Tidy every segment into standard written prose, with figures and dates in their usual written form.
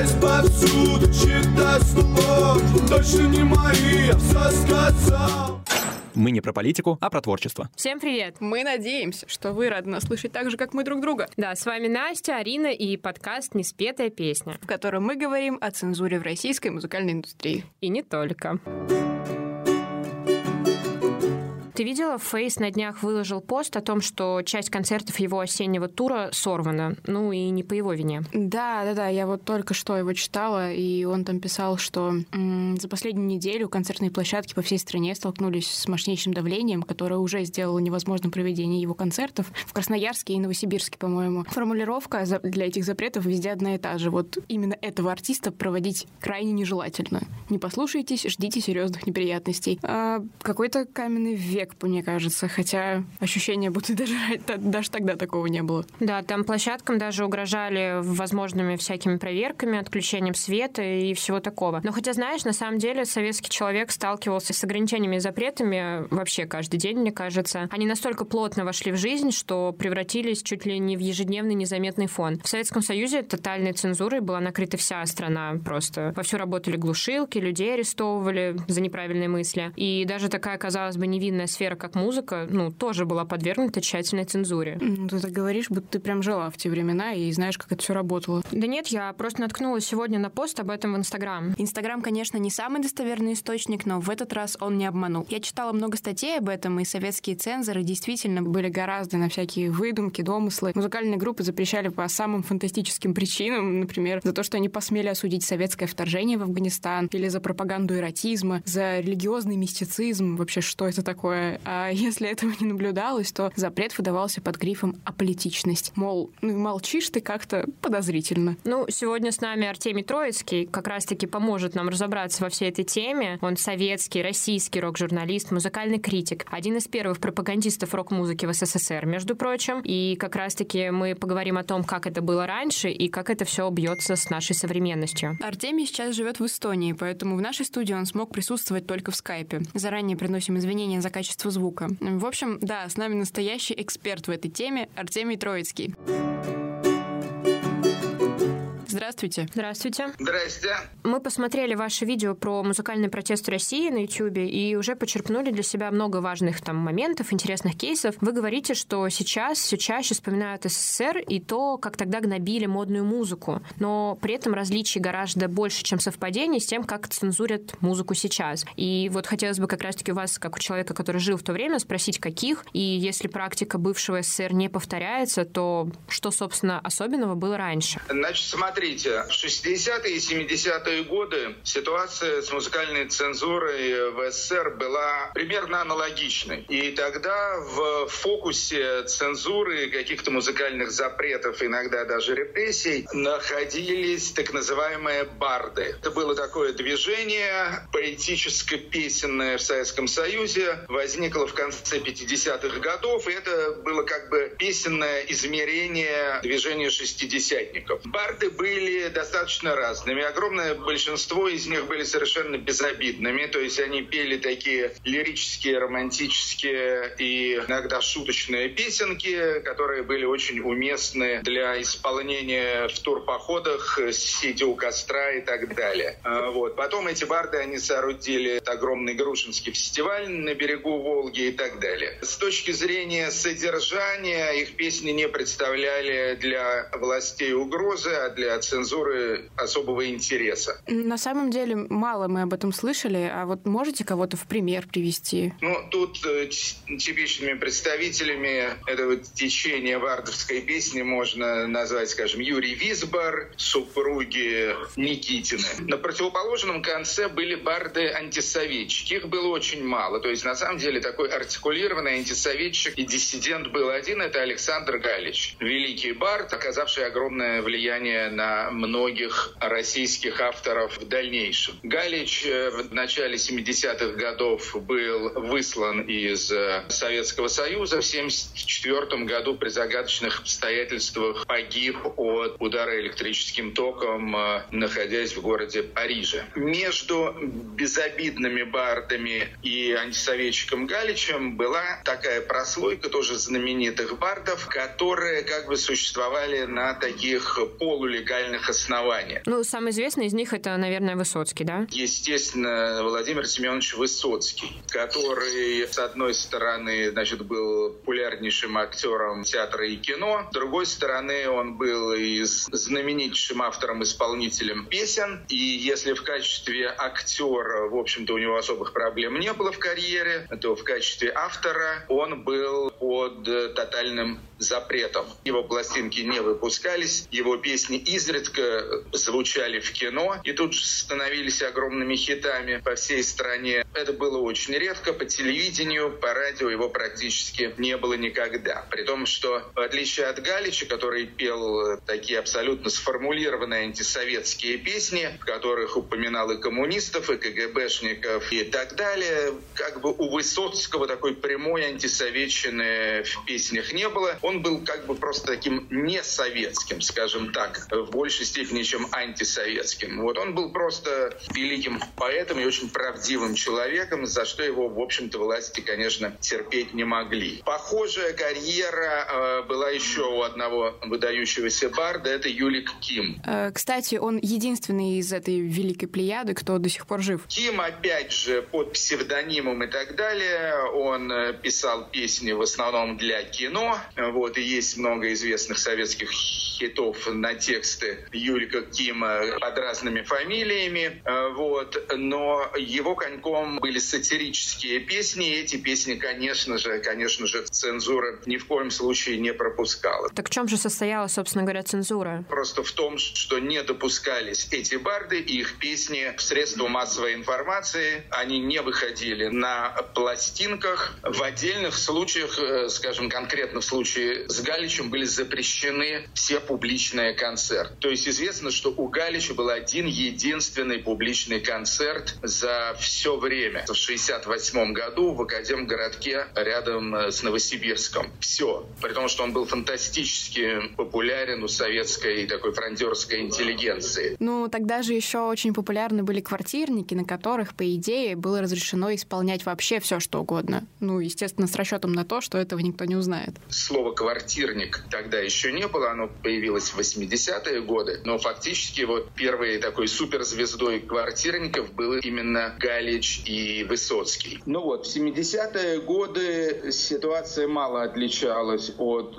Здесь повсюду чьи-то слов, точно не мои, я все сказал. Мы не про политику, а про творчество. Всем привет! Мы надеемся, что вы рады нас слышать так же, как мы друг друга. Да, с вами Настя, Арина и подкаст «Неспетая песня», в котором мы говорим о цензуре в российской музыкальной индустрии. И не только. Ты видела, Фейс на днях выложил пост о том, что часть концертов его осеннего тура сорвана. Ну и не по его вине. Да, я вот только что его читала, и он там писал, что за последнюю неделю концертные площадки по всей стране столкнулись с мощнейшим давлением, которое уже сделало невозможным проведение его концертов в Красноярске и Новосибирске, по-моему. Формулировка для этих запретов везде одна и та же. Вот именно этого артиста проводить крайне нежелательно. Не послушайтесь, ждите серьезных неприятностей. Какой-то каменный век, мне кажется, хотя ощущение, будто даже тогда такого не было. Да, там площадкам даже угрожали возможными всякими проверками, отключением света и всего такого. Но хотя, знаешь, на самом деле советский человек сталкивался с ограничениями и запретами вообще каждый день, мне кажется. Они настолько плотно вошли в жизнь, что превратились чуть ли не в ежедневный незаметный фон. В Советском Союзе тотальной цензурой была накрыта вся страна просто. Вовсю работали глушилки, людей арестовывали за неправильные мысли. И даже такая, казалось бы, невинная сфера, как музыка, тоже была подвергнута тщательной цензуре. Ты так говоришь, будто ты прям жила в те времена и знаешь, как это все работало. Да нет, я просто наткнулась сегодня на пост об этом в Инстаграм. Инстаграм, конечно, не самый достоверный источник, но в этот раз он не обманул. Я читала много статей об этом, и советские цензоры действительно были гораздо на всякие выдумки, домыслы. Музыкальные группы запрещали по самым фантастическим причинам, например, за то, что они посмели осудить советское вторжение в Афганистан, или за пропаганду эротизма, за религиозный мистицизм, вообще, что это такое. А если этого не наблюдалось, то запрет выдавался под грифом «аполитичность». Мол, молчишь ты как-то подозрительно. Сегодня с нами Артемий Троицкий как раз-таки поможет нам разобраться во всей этой теме. Он советский, российский рок-журналист, музыкальный критик, один из первых пропагандистов рок-музыки в СССР, между прочим. И как раз-таки мы поговорим о том, как это было раньше и как это все бьется с нашей современностью. Артемий сейчас живет в Эстонии, поэтому в нашей студии он смог присутствовать только в скайпе. Заранее приносим извинения за качество звука. В общем, да, с нами настоящий эксперт в этой теме Артемий Троицкий. Здравствуйте. Здравствуйте. Здрасте. Мы посмотрели ваше видео про музыкальный протест в России на YouTube и уже почерпнули для себя много важных там моментов, интересных кейсов. Вы говорите, что сейчас все чаще вспоминают СССР и то, как тогда гнобили модную музыку, но при этом различий гораздо больше, чем совпадений с тем, как цензурят музыку сейчас. И вот хотелось бы как раз-таки у вас, как у человека, который жил в то время, спросить, каких, и если практика бывшего СССР не повторяется, то что, собственно, особенного было раньше? Значит, смотрите, в 60-е и 70-е годы ситуация с музыкальной цензурой в СССР была примерно аналогичной. И тогда в фокусе цензуры, каких-то музыкальных запретов, иногда даже репрессий, находились так называемые барды. Это было такое движение поэтическо-песенное в Советском Союзе, возникло в конце 50-х годов, и это было как бы песенное измерение движения шестидесятников. Барды были достаточно разными. Огромное большинство из них были совершенно безобидными. То есть они пели такие лирические, романтические и иногда шуточные песенки, которые были очень уместны для исполнения в турпоходах, сидя у костра и так далее. Потом эти барды, они соорудили огромный Грушинский фестиваль на берегу Волги и так далее. С точки зрения содержания их песни не представляли для властей угрозы, а для цензуры особого интереса. На самом деле мало мы об этом слышали, а вот можете кого-то в пример привести? Тут типичными представителями этого течения бардовской песни можно назвать, скажем, Юрий Висбор, супруги Никитины. На противоположном конце были барды-антисоветчики. Их было очень мало. То есть, на самом деле, такой артикулированный антисоветчик и диссидент был один. Это Александр Галич. Великий бард, оказавший огромное влияние на многих российских авторов в дальнейшем. Галич в начале 70-х годов был выслан из Советского Союза. В 1974 году при загадочных обстоятельствах погиб от удара электрическим током, находясь в городе Париже. Между безобидными бардами и антисоветчиком Галичем была такая прослойка тоже знаменитых бардов, которые как бы существовали на таких полулегальных моральных основаниях. Ну, самый известный из них — это, наверное, Высоцкий, да? Естественно, Владимир Семенович Высоцкий, который, с одной стороны, значит, был популярнейшим актером театра и кино, с другой стороны, он был и знаменитейшим автором-исполнителем песен. И если в качестве актера, в общем-то, у него особых проблем не было в карьере, то в качестве автора он был под тотальным запретом. Его пластинки не выпускались, его песни изредка звучали в кино и тут же становились огромными хитами по всей стране. Это было очень редко. По телевидению, по радио его практически не было никогда. При том, что в отличие от Галича, который пел такие абсолютно сформулированные антисоветские песни, в которых упоминал и коммунистов, и КГБшников, и так далее, как бы у Высоцкого такой прямой антисоветчины в песнях не было. Он был как бы просто таким несоветским, скажем так, в большей степени, чем антисоветским. Вот он был просто великим поэтом и очень правдивым человеком, за что его, в общем-то, власти, конечно, терпеть не могли. Похожая карьера была еще у одного выдающегося барда, это Юлик Ким. Кстати, он единственный из этой великой плеяды, кто до сих пор жив. Ким, опять же, под псевдонимом и так далее, он писал песни в основном для кино. Вот, и есть много известных советских хитов на тексты Юлика Кима под разными фамилиями. Вот, но его коньком были сатирические песни, и эти песни, конечно же, цензура ни в коем случае не пропускала. Так в чем же состояла, собственно говоря, цензура? Просто в том, что не допускались эти барды и их песни в средства массовой информации. Они не выходили на пластинках. В отдельных случаях, скажем, конкретно в случае с Галичем, были запрещены все публичные концерты. То есть известно, что у Галича был один единственный публичный концерт за все время. В 1968 году в Академгородке рядом с Новосибирском. Все. При том, что он был фантастически популярен у советской такой фрондерской интеллигенции. Ну, тогда же еще очень популярны были квартирники, на которых, по идее, было разрешено исполнять вообще все, что угодно. Ну, естественно, с расчетом на то, что этого никто не узнает. Слово «квартирник» тогда еще не было, оно появилось в 80-е годы, но фактически вот первой такой суперзвездой квартирников был именно Галич и Высоцкий. Ну вот, в 70-е годы ситуация мало отличалась от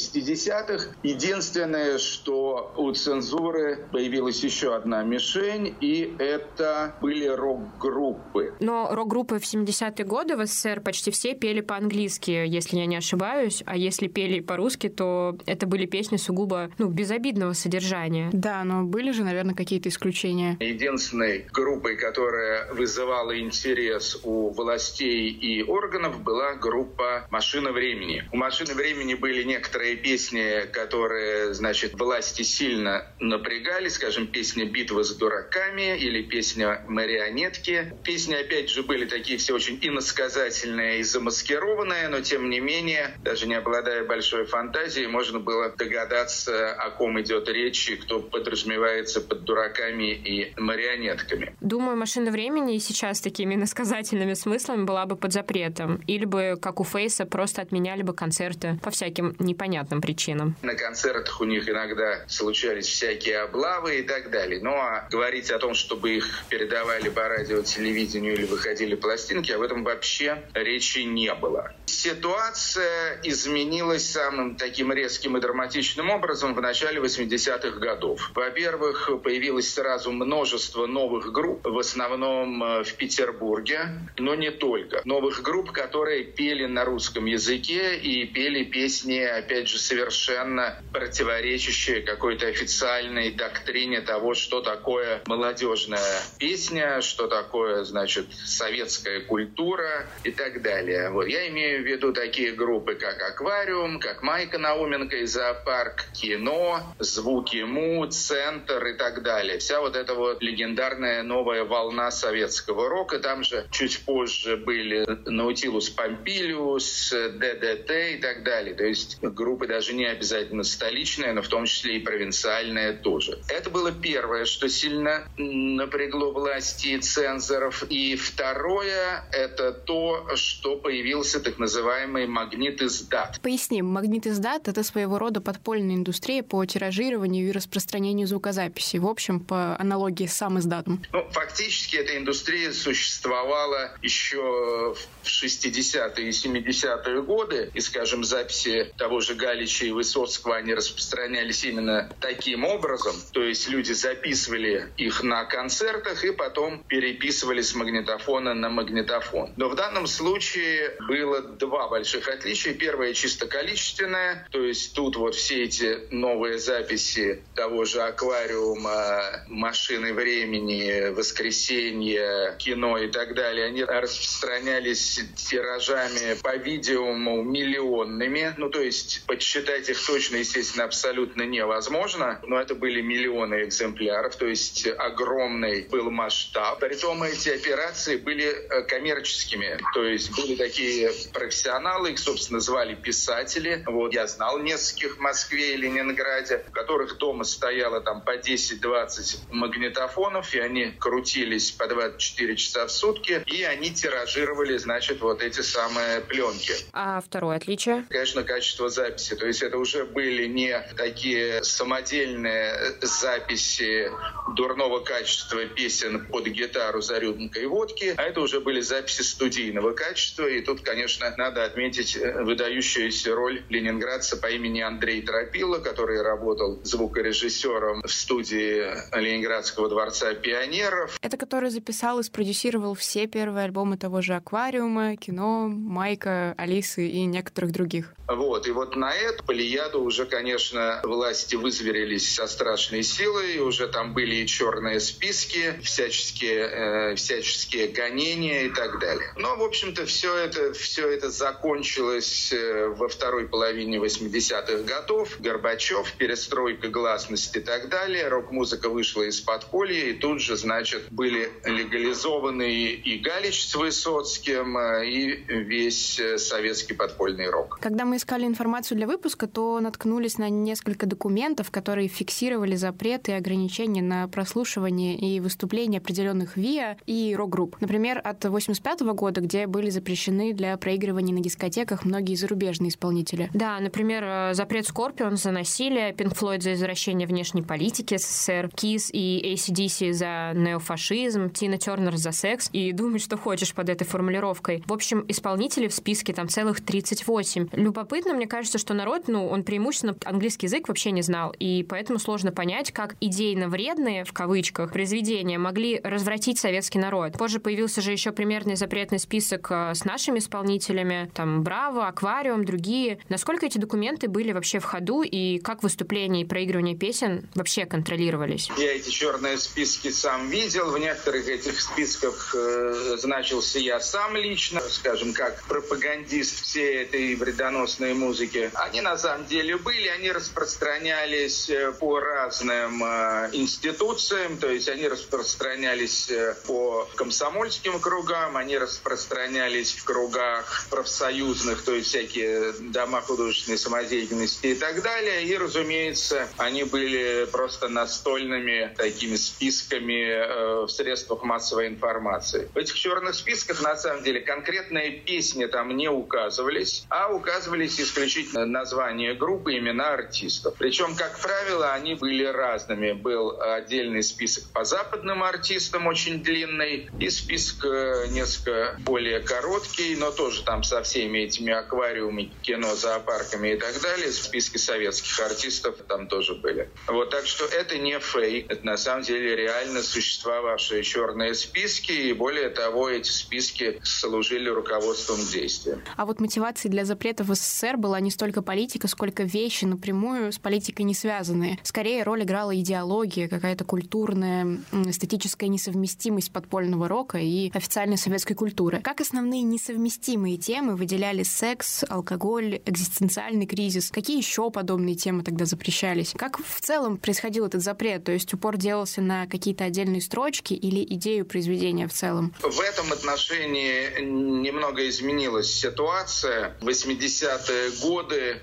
60-х. Единственное, что у цензуры появилась еще одна мишень, и это были рок-группы. Но рок-группы в 70-е годы в СССР почти все пели по-английски, если я не ошибаюсь, а если пели по-русски, то это были песни сугубо, безобидного содержания. Да, но были же, наверное, какие-то исключения. Единственной группой, которая вызывала интерес у властей и органов, была группа «Машина времени». У «Машины времени» были некоторые песни, которые, значит, власти сильно напрягали, скажем, песня «Битва с дураками» или песня «Марионетки». Песни, опять же, были такие все очень иносказательные и замаскированные, но, тем не менее, даже не обладая большой фантазией, можно было догадаться, о ком идет речь и кто подразумевается под дураками и марионетками. Думаю, «Машина времени» и сейчас такими иносказательными смыслами была бы под запретом. Или бы, как у Фейса, просто отменяли бы концерты по всяким непонятным причинам. На концертах у них иногда случались всякие облавы и так далее. Ну, а говорить о том, чтобы их передавали по радио, телевидению или выходили пластинки, об этом вообще речи не было. Ситуация изменилась самым таким резким и драматичным образом в начале 80-х годов. Во-первых, появилось сразу множество новых групп, в основном в Петербурге, но не только. Новых групп, которые пели на русском языке и пели песни, опять же, совершенно противоречащие какой-то официальной доктрине того, что такое молодежная песня, что такое, значит, советская культура и так далее. Вот. Я имею в виду такие группы, как «Аквариум», как Майка Науменко и «Зоопарк», «Кино», «Звуки Му», «Центр» и так далее. Вся вот эта вот легендарная новая волна советского рока, Там же чуть позже были Наутилус Помпилиус, ДДТ и так далее. То есть группы даже не обязательно столичные, но в том числе и провинциальные тоже. Это было первое, что сильно напрягло власти и цензоров. И второе — это то, что появился так называемый магнит-издат. Поясним, магнит-издат — это своего рода подпольная индустрия по тиражированию и распространению звукозаписи. В общем, по аналогии с сам издатом. Фактически эта индустрия существовала еще в 60-е и 70-е годы. И, скажем, записи того же Галича и Высоцкого, они распространялись именно таким образом. То есть люди записывали их на концертах и потом переписывали с магнитофона на магнитофон. Но в данном случае было два больших отличия. Первое чисто количественное. То есть тут вот все эти новые записи того же «Аквариума», «Машины времени», «Воскресенье», кино и так далее, они распространялись тиражами, по-видимому, миллионными. То есть подсчитать их точно, естественно, абсолютно невозможно, но это были миллионы экземпляров, то есть огромный был масштаб. Притом эти операции были коммерческими, то есть были такие профессионалы, их, собственно, звали писатели. Я знал нескольких в Москве и Ленинграде, у которых дома стояло там по 10-20 магнитофонов, и они крутились по 24 часа в сутки, и они тиражировали, значит, вот эти самые пленки. А второе отличие? Конечно, качество записи. То есть это уже были не такие самодельные записи дурного качества песен под гитару за рюмкой водки, а это уже были записи студийного качества. И тут, конечно, надо отметить выдающуюся роль ленинградца по имени Андрей Тропило, который работал звукорежиссером в студии Ленинградского дворца пионеров. Это который записал и спродюсировал все первые альбомы того же «Аквариума», «Кино», «Майка», «Алисы» и некоторых других. И вот на эту плеяду уже, конечно, власти вызверились со страшной силой, уже там были и черные списки, всяческие гонения и так далее. Но, в общем-то, все это закончилось во второй половине 80-х годов. Горбачев, перестройка, гласность и так далее. Рок-музыка вышла из подполья, и тут же, значит, были легализованы и Галич с Высоцким, и весь советский подпольный рок. Когда мы искали информацию для выпуска, то наткнулись на несколько документов, которые фиксировали запреты и ограничения на прослушивание и выступления определенных ВИА и рок-групп. Например, от 1985 года, где были запрещены для проигрывания на дискотеках многие зарубежные исполнители. Да, например, запрет Scorpions за насилие, Pink Floyd за извращение внешней политики СССР, Kiss и AC/DC за неофашизм, Тина Тернер за секс. И думай, что хочешь под этой формулировкой. В общем, исполнителей в списке там целых 38. Любопытно, мне кажется, что народ, он преимущественно английский язык вообще не знал, и поэтому сложно понять, как идейно вредные, в кавычках, произведения могли развратить советский народ. Позже появился же еще примерный запретный список с нашими исполнителями, там «Браво», «Аквариум», другие. Насколько эти документы были вообще в ходу, и как выступления и проигрывание песен вообще контролировались? Я эти черные списки сам видел. В некоторых этих списках значился я сам лично, скажем, как пропагандист всей этой вредоносной музыки. Они на самом деле были, они распространялись по разным институциям, то есть они распространялись по комсомольским кругам, они распространялись в кругах профсоюзных, то есть всякие дома художественной самодеятельности и так далее. И, разумеется, они были просто настольными такими списками в средствах массовой информации. В этих черных списках, на самом деле, конкретные песни там не указывались, а указывались исключительно названия группы, имена артистов. Причем, как правило, они были разными. Был отдельный список по западным артистам, очень длинный, и список несколько более короткий, но тоже там со всеми этими аквариумами, кино, зоопарками и так далее. Списки советских артистов там тоже были. Так что это не фейк. Это на самом деле реально существовавшие черные списки, и более того, эти списки служили руководством к действиям. А мотивацией для запрета в СССР была не столько политика, сколько вещи напрямую с политикой не связанные. Скорее роль играла идеология, какая-то культурная, эстетическая несовместимость подпольного рока и официальной советской культуры. Как основные несовместимые темы выделяли секс, алкоголь, экзистенциальный кризис? Какие еще подобные темы тогда запрещались? Как в целом происходил этот запрет? То есть упор делался на какие-то отдельные строчки или идею произведения в в целом? В этом отношении немного изменилась ситуация. В 80-е годы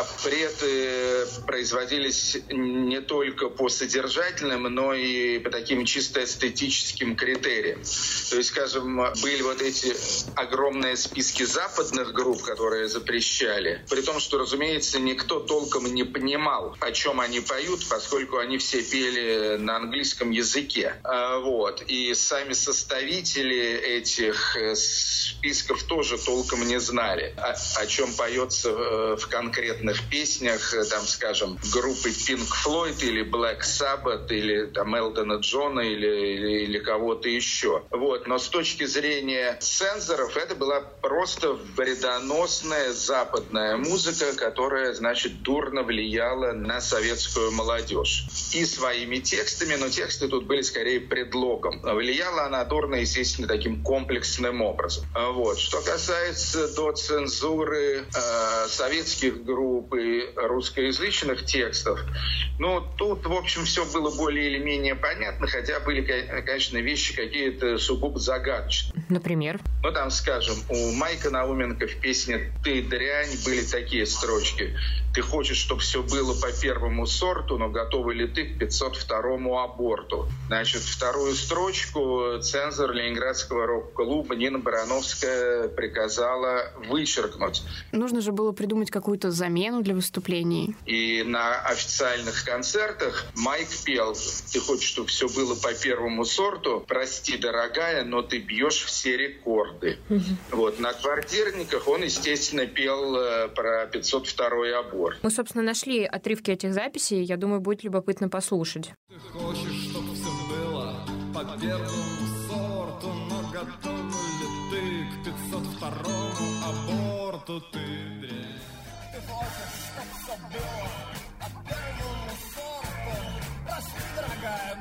запреты производились не только по содержательным, но и по таким чисто эстетическим критериям. То есть, скажем, были вот эти огромные списки западных групп, которые запрещали, при том, что, разумеется, никто толком не понимал, о чем они поют, поскольку они все пели на английском языке. Вот. И сами составители этих списков тоже толком не знали, о чем поется в конкретных песнях, там, скажем, группы Pink Floyd или Black Sabbath или там Элтона Джона или кого-то еще. Вот. Но с точки зрения цензоров это была просто вредоносная западная музыка, которая, значит, дурно влияла на советскую молодежь. И своими текстами, но тексты тут были скорее предлогом. Влияла она дурно, естественно, таким комплексным образом. Вот. Что касается до цензуры советских групп и русскоязычных текстов, ну, тут, в общем, все было более или менее понятно, хотя были, конечно, вещи какие-то сугубо загадочные. Например? Ну, там, скажем, у Майка Науменко в песне «Ты дрянь» были такие строчки. «Ты хочешь, чтобы все было по первому сорту, но готовы ли ты к 502-му аборту?» Значит, вторую строчку цензор Ленинградского рок-клуба Нина Барановская приказала вычеркнуть. Нужно же было придумать какую-то замену для выступлений. И на официальных концертах Майк пел: «Ты хочешь, чтобы все было по первому сорту? Прости, дорогая, но ты бьешь все рекорды». Вот. На квартирниках он, естественно, пел про 502-й аборт. Мы, собственно, нашли отрывки этих записей. Я думаю, будет любопытно послушать. Ты хочешь, чтобы все было по первому сорту, но готов ли ты к 502-му аборту? Ты дрянь. Ты хочешь, чтобы все было по первому сорту? Прости, дорогая,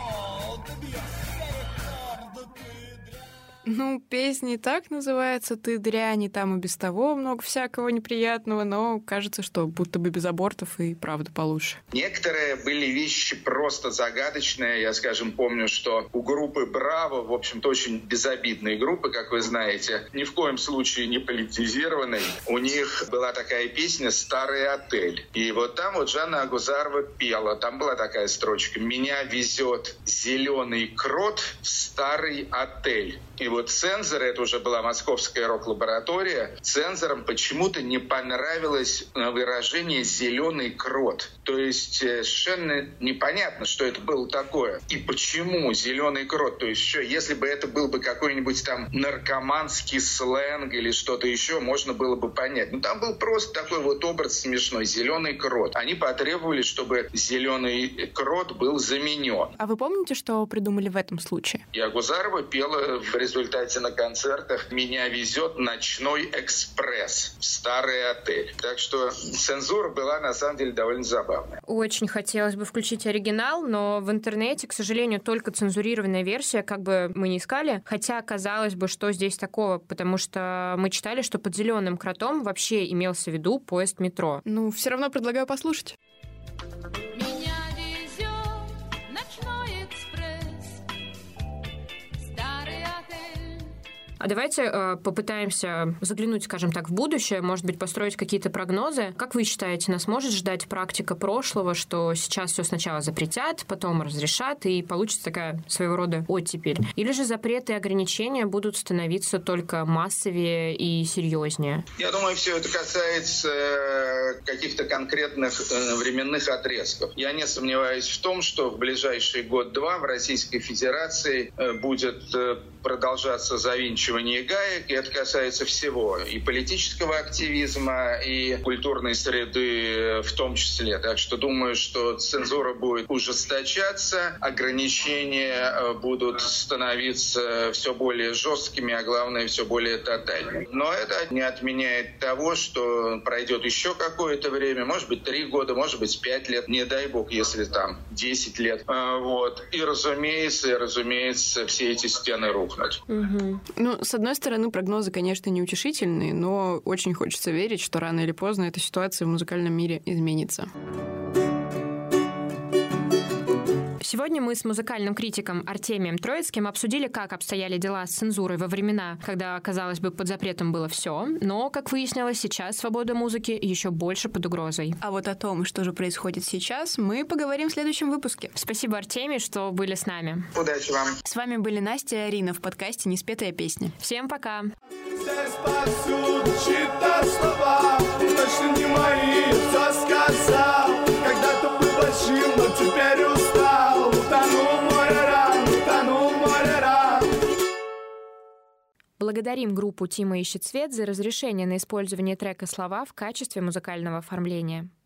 но ты бьешь все рекорды, ты дрянь. Ну, песня и так называется «Ты дрянь», и там и без того много всякого неприятного, но кажется, что будто бы без абортов и правда получше. Некоторые были вещи просто загадочные. Я, скажем, помню, что у группы «Браво», в общем-то, очень безобидные группы, как вы знаете, ни в коем случае не политизированные. У них была такая песня «Старый отель». И вот там вот Жанна Агузарова пела. Там была такая строчка: «Меня везет зеленый крот в старый отель». И вот цензоры, это уже была Московская рок-лаборатория, цензорам почему-то не понравилось выражение «зеленый крот». То есть совершенно непонятно, что это было такое. И почему «зеленый крот»? То есть что, если бы это был бы какой-нибудь там наркоманский сленг или что-то еще, можно было бы понять. Но там был просто такой вот образ смешной — «зеленый крот». Они потребовали, чтобы «зеленый крот» был заменен. А вы помните, что придумали в этом случае? И Агузарова пела в результате на концертах «Меня везет ночной экспресс в старый отель». Так что цензура была на самом деле довольно забавная. Очень хотелось бы включить оригинал, но в интернете, к сожалению, только цензурированная версия, как бы мы ни искали. Хотя казалось бы, что здесь такого, потому что мы читали, что под «Зеленым кротом» вообще имелся в виду поезд метро. Ну, все равно предлагаю послушать. А давайте попытаемся заглянуть, скажем так, в будущее, может быть, построить какие-то прогнозы. Как вы считаете, нас может ждать практика прошлого, что сейчас все сначала запретят, потом разрешат, и получится такая своего рода оттепель? Или же запреты и ограничения будут становиться только массовее и серьезнее? Я думаю, все это касается каких-то конкретных временных отрезков. Я не сомневаюсь в том, что в ближайший год-два в Российской Федерации будет продолжаться завинчивание гаек, и это касается всего, и политического активизма, и культурной среды в том числе. Так что думаю, что цензура будет ужесточаться, ограничения будут становиться все более жесткими, а главное, все более тотальными. Но это не отменяет того, что пройдет еще какое-то время, может быть, 3 года, может быть, 5 лет, не дай бог, если там 10 лет. Вот. И, разумеется, все эти стены рухнут. Угу. Ну, с одной стороны, прогнозы, конечно, неутешительные, но очень хочется верить, что рано или поздно эта ситуация в музыкальном мире изменится. Сегодня мы с музыкальным критиком Артемием Троицким обсудили, как обстояли дела с цензурой во времена, когда, казалось бы, под запретом было все, но, как выяснилось, сейчас свобода музыки еще больше под угрозой. А вот о том, что же происходит сейчас, мы поговорим в следующем выпуске. Спасибо, Артемий, что были с нами. Удачи вам. С вами были Настя и Арина в подкасте «Неспетая песня». Всем пока. Здесь повсюду читать слова, точно не мои, все сказал. Когда-то был большим, но теперь устал. Утонул в море ран. Благодарим группу «Тима ищет свет» за разрешение на использование трека «Слова» в качестве музыкального оформления.